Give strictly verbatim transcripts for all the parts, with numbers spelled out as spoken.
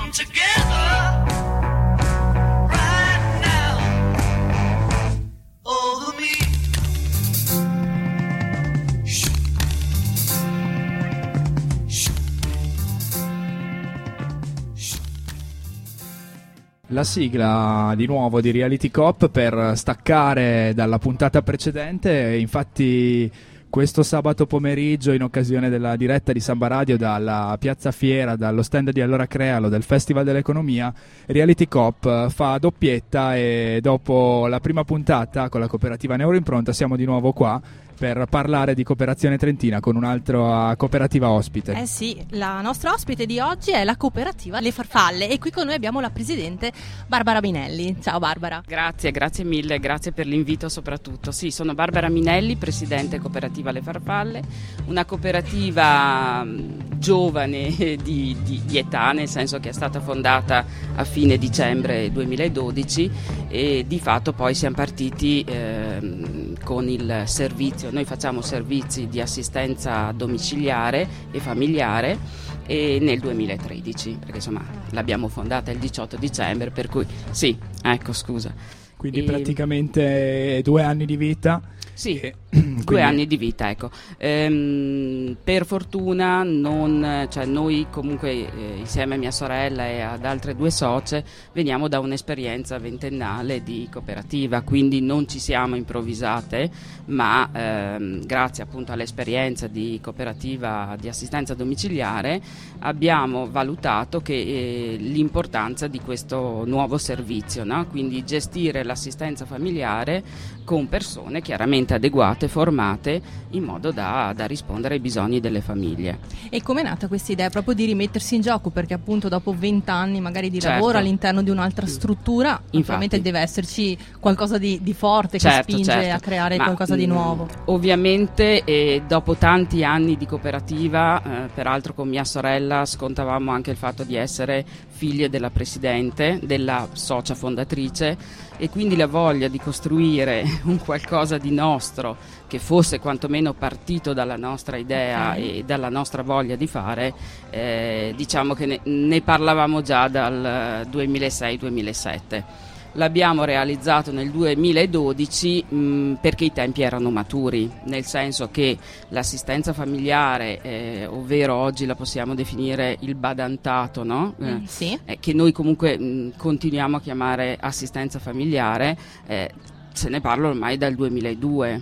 come together right now over me. La sigla di nuovo di Reality Cop per staccare dalla puntata precedente. Infatti questo sabato pomeriggio, in occasione della diretta di Samba Radio dalla Piazza Fiera, dallo stand di Allora Crealo del Festival dell'Economia, Reality Cop fa doppietta e dopo la prima puntata con la cooperativa Neuroimpronta siamo di nuovo qua per parlare di cooperazione trentina con un'altra cooperativa ospite. Eh sì, la nostra ospite di oggi è la cooperativa Le Farfalle e qui con noi abbiamo la presidente Barbara Minelli. Ciao Barbara. Grazie, grazie mille, grazie per l'invito soprattutto. Sì, sono Barbara Minelli, presidente cooperativa Le Farfalle, una cooperativa giovane di, di, di età, nel senso che è stata fondata a fine dicembre duemiladodici e di fatto poi siamo partiti eh, con il servizio. Noi facciamo servizi di assistenza domiciliare e familiare e nel duemilatredici, perché insomma l'abbiamo fondata il diciotto dicembre, per cui sì, ecco scusa. Quindi e... praticamente due anni di vita. Sì, e... due quindi... anni di vita, ecco. Ehm, per fortuna non, cioè noi comunque eh, insieme a mia sorella e ad altre due socie veniamo da un'esperienza ventennale di cooperativa, quindi non ci siamo improvvisate, ma ehm, grazie appunto all'esperienza di cooperativa di assistenza domiciliare abbiamo valutato che eh, l'importanza di questo nuovo servizio, no? Quindi gestire l'assistenza familiare con persone chiaramente adeguate, formate in modo da, da rispondere ai bisogni delle famiglie. E com'è nata questa idea proprio di rimettersi in gioco? Perché appunto dopo vent'anni magari di certo. lavoro all'interno di un'altra struttura, naturalmente deve esserci qualcosa di, di forte certo, che spinge certo. a creare Ma, qualcosa di mh, nuovo. Ovviamente eh, dopo tanti anni di cooperativa, eh, peraltro con mia sorella scontavamo anche il fatto di essere figlie della presidente, della socia fondatrice, e quindi la voglia di costruire un qualcosa di nostro che fosse quantomeno partito dalla nostra idea okay. e dalla nostra voglia di fare, eh, diciamo che ne, ne parlavamo già dal duemilasei duemilasette. L'abbiamo realizzato nel duemiladodici mh, perché i tempi erano maturi, nel senso che l'assistenza familiare, eh, ovvero oggi la possiamo definire il badantato, no? Mm, eh, sì. eh, che noi comunque mh, continuiamo a chiamare assistenza familiare, eh, se ne parla ormai dal duemiladue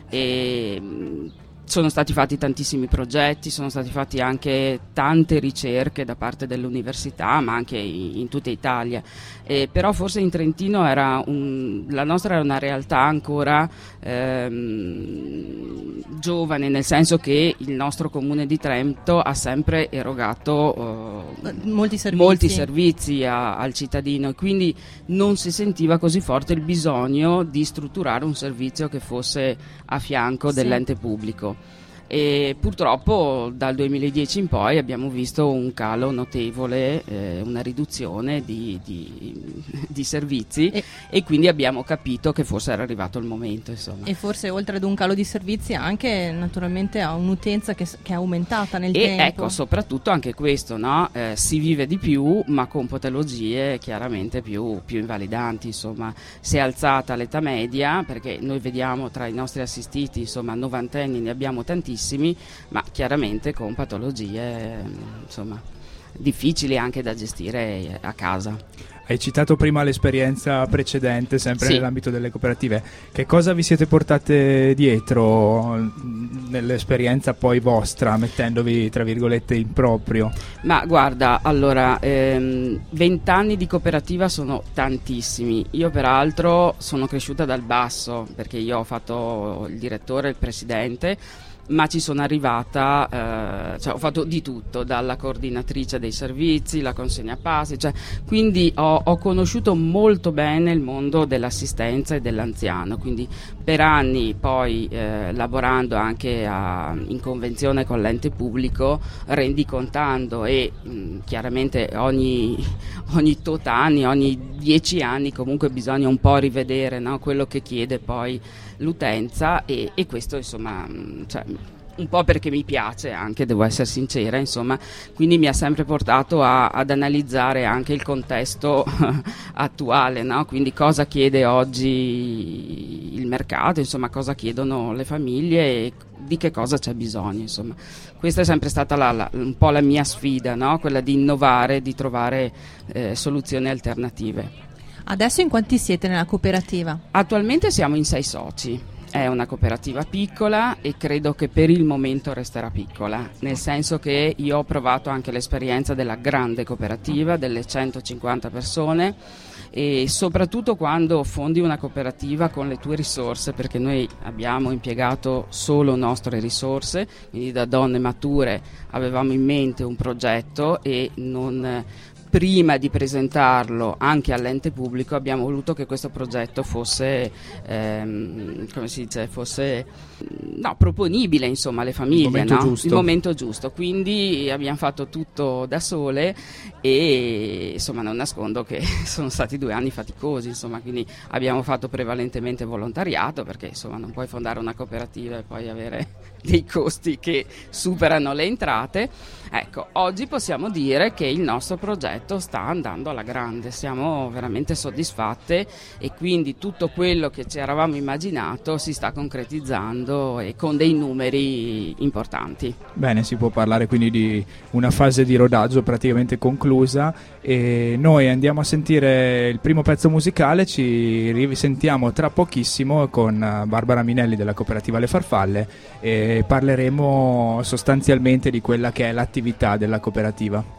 e mh, sono stati fatti tantissimi progetti, sono stati fatti anche tante ricerche da parte dell'università, ma anche in, in tutta Italia. Eh, però forse in Trentino era un, la nostra era una realtà ancora ehm, giovane, nel senso che il nostro comune di Trento ha sempre erogato eh, molti servizi, molti servizi a, al cittadino, e quindi non si sentiva così forte il bisogno di strutturare un servizio che fosse a fianco sì. dell'ente pubblico. E purtroppo dal duemiladieci in poi abbiamo visto un calo notevole, eh, una riduzione di, di, di servizi e, e quindi abbiamo capito che forse era arrivato il momento, insomma. E forse oltre ad un calo di servizi anche naturalmente a un'utenza che, che è aumentata nel e tempo. E ecco, soprattutto anche questo, no? Eh, si vive di più ma con patologie chiaramente più, più invalidanti, insomma. Si è alzata l'età media, perché noi vediamo tra i nostri assistiti, insomma, novantenni ne abbiamo tantissimi, ma chiaramente con patologie insomma difficili anche da gestire a casa. Hai citato prima l'esperienza precedente, sempre sì. nell'ambito delle cooperative. Che cosa vi siete portate dietro nell'esperienza poi vostra, mettendovi tra virgolette in proprio? Ma guarda, allora, ehm, vent'anni di cooperativa sono tantissimi. Io peraltro sono cresciuta dal basso, perché io ho fatto il direttore e il presidente, ma ci sono arrivata, eh, cioè ho fatto di tutto, dalla coordinatrice dei servizi, la consegna passi, cioè, quindi ho, ho conosciuto molto bene il mondo dell'assistenza e dell'anziano, quindi per anni poi eh, lavorando anche a, in convenzione con l'ente pubblico, rendicontando e mh, chiaramente ogni, ogni tot anni, ogni dieci anni comunque bisogna un po' rivedere, no, quello che chiede poi l'utenza e, e questo insomma cioè, un po' perché mi piace anche, devo essere sincera, insomma, quindi mi ha sempre portato a, ad analizzare anche il contesto attuale, no? Quindi cosa chiede oggi il mercato, insomma, cosa chiedono le famiglie e di che cosa c'è bisogno, insomma. Questa è sempre stata la, la, un po' la mia sfida, no? Quella di innovare, di trovare eh, soluzioni alternative. Adesso in quanti siete nella cooperativa? Attualmente siamo in sei soci. È una cooperativa piccola e credo che per il momento resterà piccola, nel senso che io ho provato anche l'esperienza della grande cooperativa, delle centocinquanta persone, e soprattutto quando fondi una cooperativa con le tue risorse, perché noi abbiamo impiegato solo nostre risorse, quindi da donne mature avevamo in mente un progetto e non... Prima di presentarlo anche all'ente pubblico abbiamo voluto che questo progetto fosse, ehm, come si dice, fosse no, proponibile, insomma, alle famiglie, il momento, no? giusto. Il momento giusto. Quindi abbiamo fatto tutto da sole e insomma non nascondo che sono stati due anni faticosi, insomma, quindi abbiamo fatto prevalentemente volontariato, perché insomma non puoi fondare una cooperativa e poi avere dei costi che superano le entrate. Ecco, oggi possiamo dire che il nostro progetto sta andando alla grande, siamo veramente soddisfatte e quindi tutto quello che ci eravamo immaginato si sta concretizzando e con dei numeri importanti. Bene, si può parlare quindi di una fase di rodaggio praticamente conclusa e noi andiamo a sentire il primo pezzo musicale, ci risentiamo tra pochissimo con Barbara Minelli della cooperativa Le Farfalle e parleremo sostanzialmente di quella che è l'attività della cooperativa.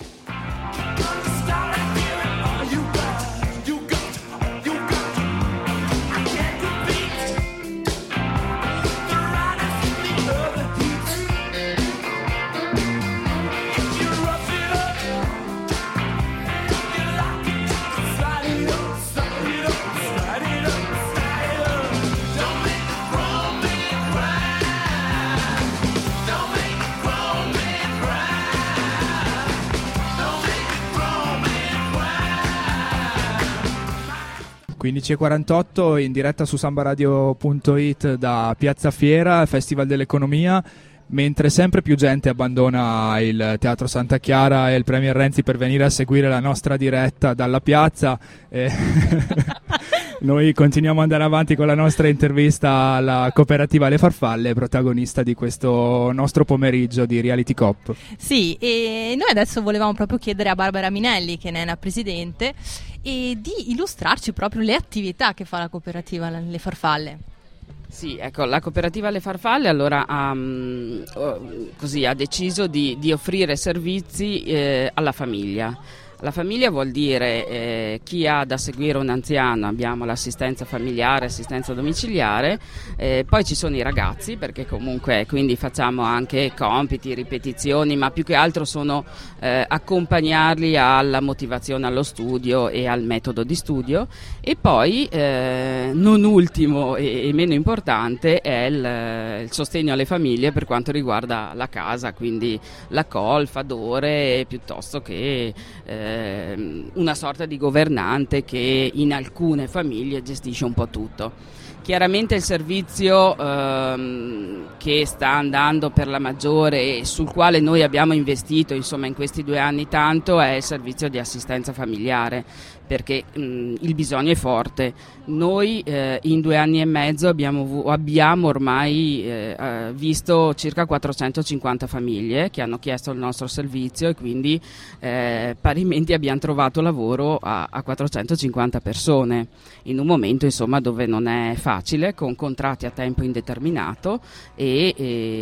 quindici e quarantotto in diretta su sambaradio punto it da Piazza Fiera, Festival dell'Economia, mentre sempre più gente abbandona il Teatro Santa Chiara e il Premier Renzi per venire a seguire la nostra diretta dalla piazza. Eh, noi continuiamo ad andare avanti con la nostra intervista alla cooperativa Le Farfalle, protagonista di questo nostro pomeriggio di Reality Coop. Sì, e noi adesso volevamo proprio chiedere a Barbara Minelli, che ne è la presidente, e di illustrarci proprio le attività che fa la cooperativa Le Farfalle. Sì, ecco, la cooperativa Le Farfalle allora ha, um, così, ha deciso di, di offrire servizi eh, alla famiglia. La famiglia vuol dire eh, chi ha da seguire un anziano, abbiamo l'assistenza familiare, assistenza domiciliare, eh, poi ci sono i ragazzi, perché comunque quindi facciamo anche compiti, ripetizioni, ma più che altro sono eh, accompagnarli alla motivazione allo studio e al metodo di studio, e poi eh, non ultimo e, e meno importante è il, il sostegno alle famiglie per quanto riguarda la casa, quindi la colfa d'ore piuttosto che eh, una sorta di governante che in alcune famiglie gestisce un po' tutto. Chiaramente il servizio ehm, che sta andando per la maggiore e sul quale noi abbiamo investito insomma in questi due anni tanto è il servizio di assistenza familiare, perché mh, il bisogno è forte. Noi eh, in due anni e mezzo abbiamo, abbiamo ormai eh, visto circa quattrocentocinquanta famiglie che hanno chiesto il nostro servizio e quindi eh, parimenti abbiamo trovato lavoro a, a quattrocentocinquanta persone in un momento insomma dove non è facile, con contratti a tempo indeterminato e,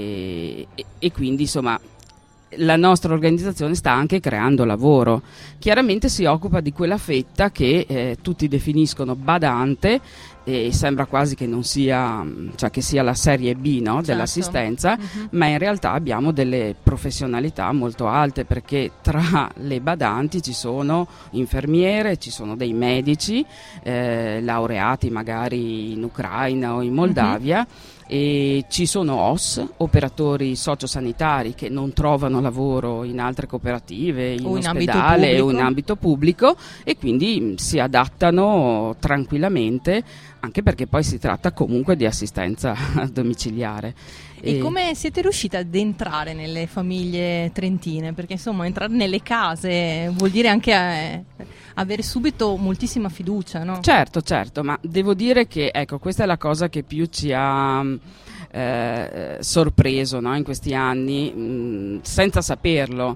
e, e quindi insomma la nostra organizzazione sta anche creando lavoro. Chiaramente si occupa di quella fetta che eh, tutti definiscono badante e sembra quasi che non sia, cioè che sia la serie B, no, certo, dell'assistenza, uh-huh. Ma in realtà abbiamo delle professionalità molto alte, perché tra le badanti ci sono infermiere, ci sono dei medici eh, laureati magari in Ucraina o in Moldavia, uh-huh. E ci sono O S, operatori sociosanitari che non trovano lavoro in altre cooperative, in o in ospedale o in ambito pubblico, e quindi si adattano tranquillamente, anche perché poi si tratta comunque di assistenza domiciliare. E, e come siete riusciti ad entrare nelle famiglie trentine? Perché insomma entrare nelle case vuol dire anche eh, avere subito moltissima fiducia, no? Certo, certo, ma devo dire che ecco, questa è la cosa che più ci ha eh, sorpreso, no, in questi anni, mh, senza saperlo.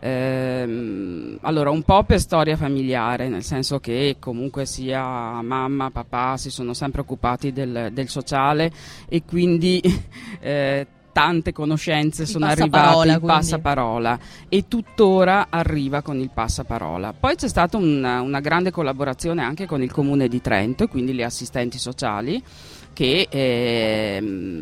Eh, allora, un po' per storia familiare, nel senso che comunque sia mamma, papà si sono sempre occupati del, del sociale, e quindi eh, tante conoscenze il sono passaparola, arrivate, il quindi. passaparola, e tuttora arriva con il passaparola. Poi c'è stata una, una grande collaborazione anche con il Comune di Trento, e quindi le assistenti sociali, che eh,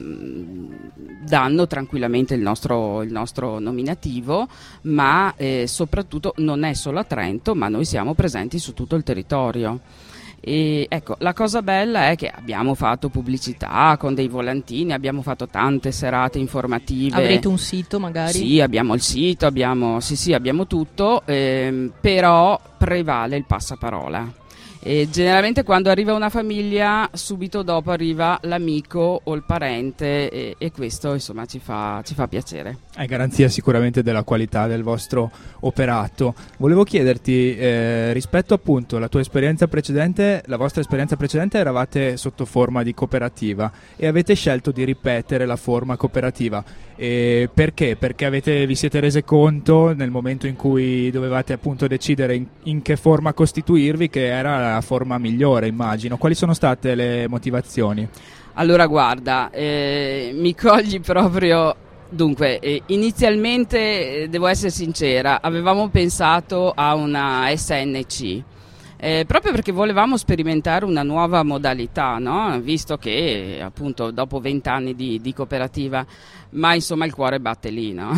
danno tranquillamente il nostro, il nostro nominativo, ma eh, soprattutto non è solo a Trento, ma noi siamo presenti su tutto il territorio. E ecco, la cosa bella è che abbiamo fatto pubblicità con dei volantini, abbiamo fatto tante serate informative. Avrete un sito magari? Sì, abbiamo il sito, abbiamo, sì, sì, abbiamo tutto, ehm, però prevale il passaparola. E generalmente quando arriva una famiglia, subito dopo arriva l'amico o il parente, e, e questo insomma ci fa, ci fa piacere. È garanzia sicuramente della qualità del vostro operato. Volevo chiederti, eh, rispetto appunto alla tua esperienza precedente, la vostra esperienza precedente, eravate sotto forma di cooperativa e avete scelto di ripetere la forma cooperativa. E perché? Perché avete, vi siete rese conto nel momento in cui dovevate appunto decidere in, in che forma costituirvi che era la forma migliore, immagino. Quali sono state le motivazioni? Allora guarda, eh, mi cogli proprio. Dunque, eh, inizialmente, eh, devo essere sincera, avevamo pensato a una S N C, eh, proprio perché volevamo sperimentare una nuova modalità, no? Visto che appunto dopo vent'anni di, di cooperativa, ma insomma il cuore batte lì, no?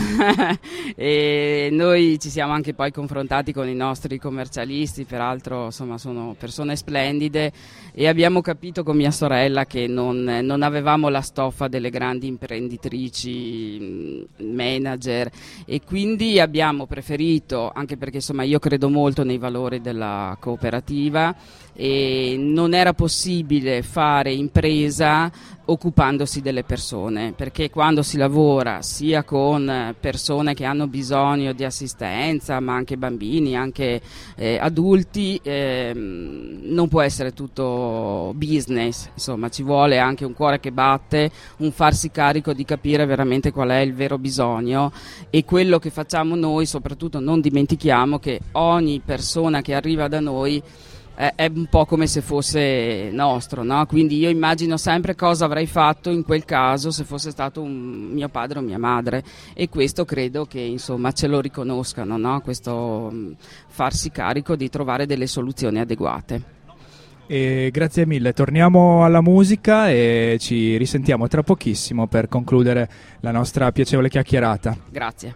E noi ci siamo anche poi confrontati con i nostri commercialisti, peraltro insomma sono persone splendide, e abbiamo capito con mia sorella che non, non avevamo la stoffa delle grandi imprenditrici, manager, e quindi abbiamo preferito, anche perché insomma io credo molto nei valori della cooperativa, e non era possibile fare impresa occupandosi delle persone, perché quando si lavora sia con persone che hanno bisogno di assistenza, ma anche bambini, anche eh, adulti, eh, non può essere tutto business, insomma ci vuole anche un cuore che batte, un farsi carico di capire veramente qual è il vero bisogno, e quello che facciamo noi, soprattutto non dimentichiamo che ogni persona che arriva da noi è un po' come se fosse nostro, no? Quindi io immagino sempre cosa avrei fatto in quel caso se fosse stato un mio padre o mia madre, e questo credo che insomma ce lo riconoscano, no? Questo um, farsi carico di trovare delle soluzioni adeguate. E grazie mille, torniamo alla musica e ci risentiamo tra pochissimo per concludere la nostra piacevole chiacchierata. Grazie.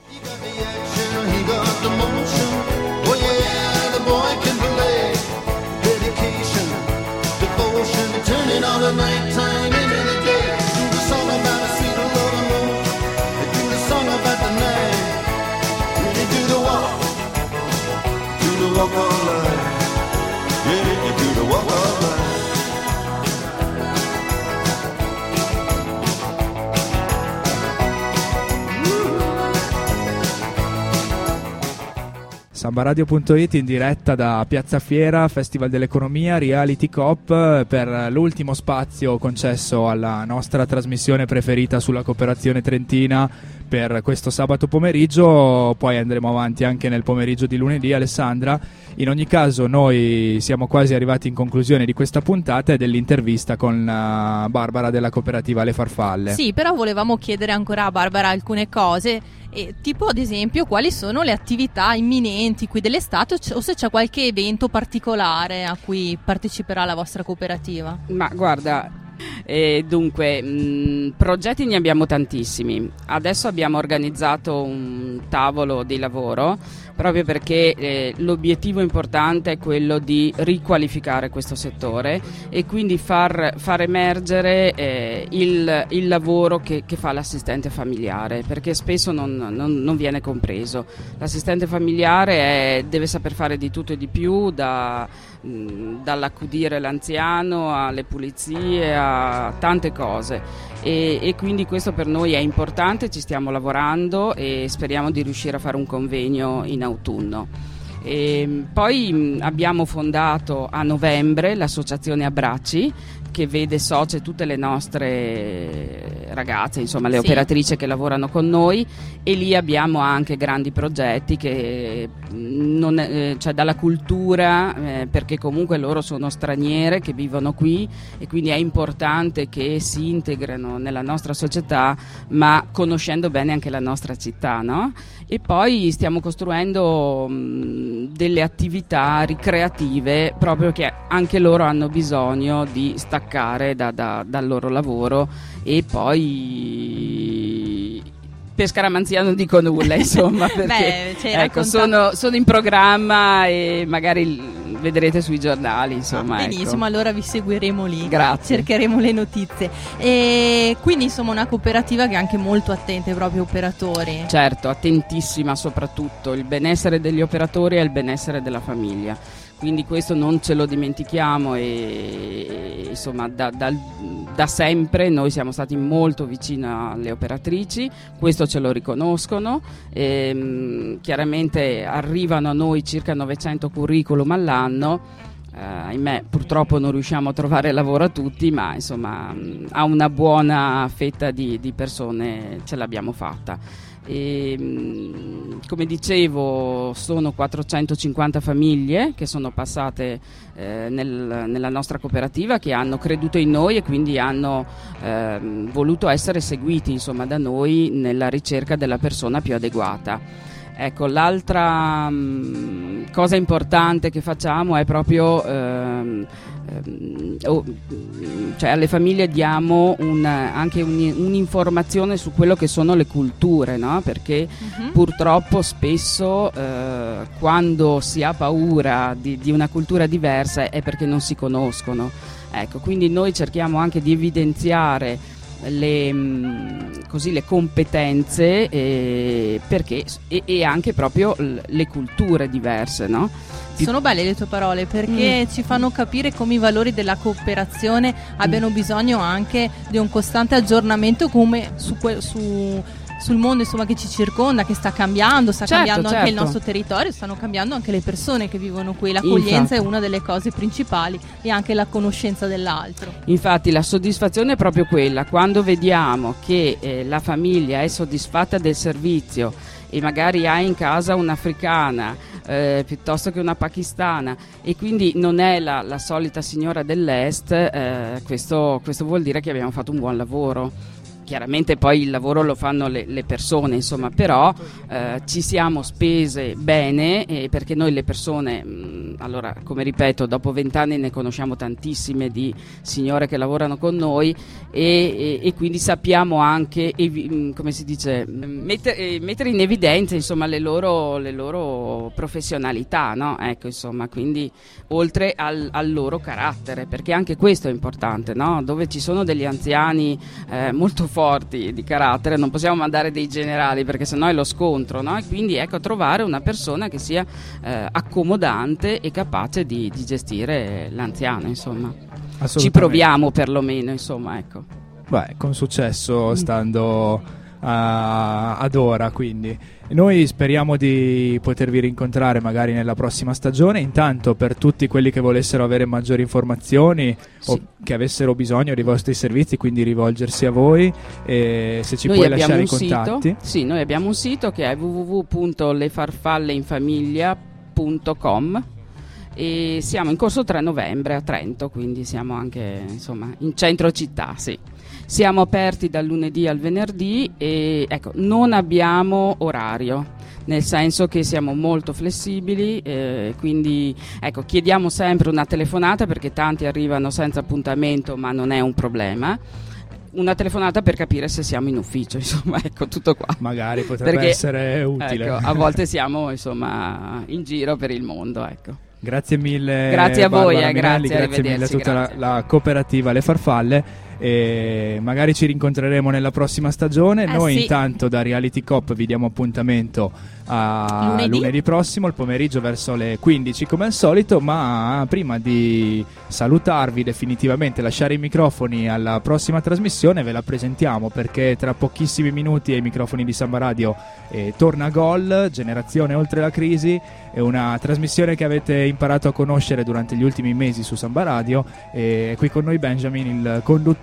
All the nighttime into the day, do the song about a sweet love and moon, they do the song about the night, really do the walk, do the walk of life, yeah, you do the walk of life. Sambaradio punto it in diretta da Piazza Fiera, Festival dell'Economia, Reality Coop, per l'ultimo spazio concesso alla nostra trasmissione preferita sulla cooperazione trentina per questo sabato pomeriggio. Poi andremo avanti anche nel pomeriggio di lunedì, Alessandra. In ogni caso noi siamo quasi arrivati in conclusione di questa puntata e dell'intervista con uh, Barbara della cooperativa Le Farfalle. Sì, però volevamo chiedere ancora a Barbara alcune cose. E tipo ad esempio quali sono le attività imminenti qui dell'estate, o se c'è qualche evento particolare a cui parteciperà la vostra cooperativa. Ma guarda, eh, dunque mh, progetti ne abbiamo tantissimi. Adesso abbiamo organizzato un tavolo di lavoro proprio perché eh, l'obiettivo importante è quello di riqualificare questo settore e quindi far, far emergere eh, il, il lavoro che, che fa l'assistente familiare, perché spesso non, non, non viene compreso. L'assistente familiare è, deve saper fare di tutto e di più, da, mh, dall'accudire l'anziano alle pulizie a tante cose. E, e quindi questo per noi è importante, ci stiamo lavorando e speriamo di riuscire a fare un convegno in autunno. E poi mh, abbiamo fondato a novembre l'associazione Abbracci, che vede socie tutte le nostre ragazze, insomma le sì. operatrici che lavorano con noi, e lì abbiamo anche grandi progetti che non è, cioè dalla cultura, eh, perché comunque loro sono straniere che vivono qui e quindi è importante che si integrino nella nostra società, ma conoscendo bene anche la nostra città, no? E poi stiamo costruendo mh, delle attività ricreative, proprio che anche loro hanno bisogno di staccare da, da, dal loro lavoro. E poi per scaramanzia non dico nulla, insomma, perché Beh, ecco, sono, sono in programma e magari vedrete sui giornali, insomma. Ah, benissimo, ecco. Allora vi seguiremo lì. Grazie. Cercheremo le notizie. E quindi insomma una cooperativa che è anche molto attenta ai propri operatori. Certo, attentissima soprattutto. Il benessere degli operatori e il benessere della famiglia. Quindi questo non ce lo dimentichiamo e insomma da, da, da sempre noi siamo stati molto vicini alle operatrici, questo ce lo riconoscono. E, chiaramente arrivano a noi circa novecento curriculum all'anno. Eh, ahimè, purtroppo non riusciamo a trovare lavoro a tutti, ma insomma a una buona fetta di, di persone ce l'abbiamo fatta. E, come dicevo, sono quattrocentocinquanta famiglie che sono passate eh, nel, nella nostra cooperativa, che hanno creduto in noi e quindi hanno eh, voluto essere seguiti, insomma, da noi nella ricerca della persona più adeguata. Ecco, l'altra mh, cosa importante che facciamo è proprio ehm, ehm, oh, cioè alle famiglie diamo un, anche un, un'informazione su quello che sono le culture, no? Perché uh-huh. purtroppo spesso eh, quando si ha paura di, di una cultura diversa è perché non si conoscono. Ecco, quindi noi cerchiamo anche di evidenziare le, così, le competenze eh, perché, e, e anche proprio le culture diverse, no? Sono belle le tue parole, perché mm. ci fanno capire come i valori della cooperazione abbiano bisogno anche di un costante aggiornamento, come su, que- su sul mondo, insomma, che ci circonda, che sta cambiando, sta certo, cambiando certo. anche il nostro territorio, stanno cambiando anche le persone che vivono qui. L'accoglienza Infatti. è una delle cose principali, e anche la conoscenza dell'altro. Infatti la soddisfazione è proprio quella, quando vediamo che eh, la famiglia è soddisfatta del servizio e magari ha in casa un'africana eh, piuttosto che una pakistana, e quindi non è la, la solita signora dell'est, eh, questo, questo vuol dire che abbiamo fatto un buon lavoro. Chiaramente poi il lavoro lo fanno le, le persone, insomma, però eh, ci siamo spese bene, eh, perché noi le persone, mh, allora, come ripeto, dopo vent'anni ne conosciamo tantissime di signore che lavorano con noi, e, e, e quindi sappiamo anche, evi- come si dice, metter, eh, mettere in evidenza, insomma, le loro, le loro professionalità, no? Ecco, insomma, quindi oltre al, al loro carattere, perché anche questo è importante, no? Dove ci sono degli anziani eh, molto forti forti di carattere, non possiamo mandare dei generali, perché sennò è lo scontro, no? E quindi ecco, trovare una persona che sia eh, accomodante e capace di, di gestire l'anziano, insomma. Ci proviamo perlomeno, insomma, ecco. Beh, con successo, stando a, ad ora, quindi noi speriamo di potervi rincontrare magari nella prossima stagione. Intanto, per tutti quelli che volessero avere maggiori informazioni, sì, o che avessero bisogno dei vostri servizi, quindi rivolgersi a voi, e se ci noi puoi lasciare i sito, contatti. Sì, noi abbiamo un sito che è w w w punto le farfalle in famiglia punto com e siamo in corso tre novembre a Trento, quindi siamo anche, insomma, in centro città, sì. Siamo aperti dal lunedì al venerdì e ecco, non abbiamo orario, nel senso che siamo molto flessibili, eh, quindi ecco, chiediamo sempre una telefonata, perché tanti arrivano senza appuntamento, ma non è un problema. una telefonata per capire se siamo in ufficio, insomma, ecco, tutto qua. Magari potrebbe Perché, essere utile. Ecco, a volte siamo, insomma, in giro per il mondo, ecco. Grazie mille. Grazie a voi, Barbara eh, Minelli, grazie, grazie mille a tutta la, grazie. la cooperativa Le Farfalle. E magari ci rincontreremo nella prossima stagione. Eh, Noi sì. intanto da Reality Cop vi diamo appuntamento a Lunedì. lunedì prossimo, il pomeriggio verso le quindici come al solito. Ma prima di salutarvi definitivamente, lasciare i microfoni alla prossima trasmissione, ve la presentiamo perché tra pochissimi minuti ai microfoni di Samba Radio eh, torna Gol, Generazione Oltre la Crisi. È una trasmissione che avete imparato a conoscere durante gli ultimi mesi su Samba Radio. E è qui con noi Benjamin, il conduttore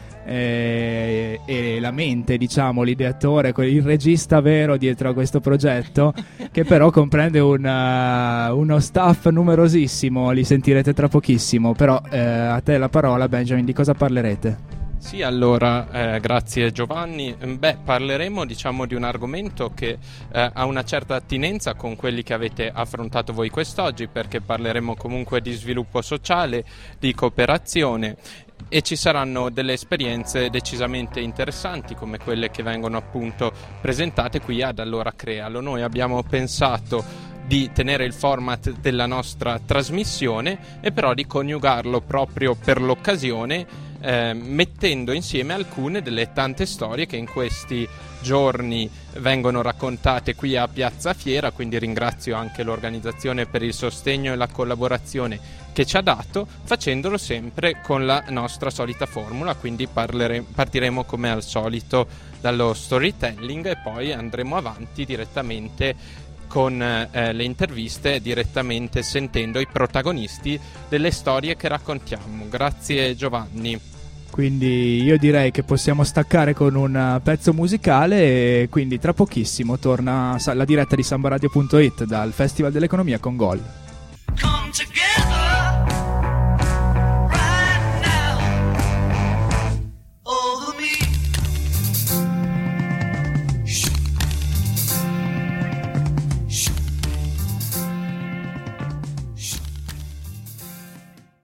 e, e la mente, diciamo, l'ideatore, il regista vero dietro a questo progetto, che però comprende una, uno staff numerosissimo. Li sentirete tra pochissimo. Però eh, a te la parola, Benjamin, di cosa parlerete? Sì, allora, eh, grazie Giovanni. Beh, parleremo, diciamo, di un argomento che eh, ha una certa attinenza con quelli che avete affrontato voi quest'oggi, perché parleremo comunque di sviluppo sociale, di cooperazione, e ci saranno delle esperienze decisamente interessanti come quelle che vengono appunto presentate qui ad Allora Crealo. Noi abbiamo pensato di tenere il format della nostra trasmissione e però di coniugarlo proprio per l'occasione, eh, mettendo insieme alcune delle tante storie che in questi giorni vengono raccontate qui a Piazza Fiera. Quindi ringrazio anche l'organizzazione per il sostegno e la collaborazione che ci ha dato, facendolo sempre con la nostra solita formula. Quindi parlere- partiremo come al solito dallo storytelling e poi andremo avanti direttamente con eh, le interviste, direttamente sentendo i protagonisti delle storie che raccontiamo. Grazie Giovanni. Quindi io direi che possiamo staccare con un pezzo musicale e quindi tra pochissimo torna la diretta di sambaradio punto it dal Festival dell'Economia con Gol.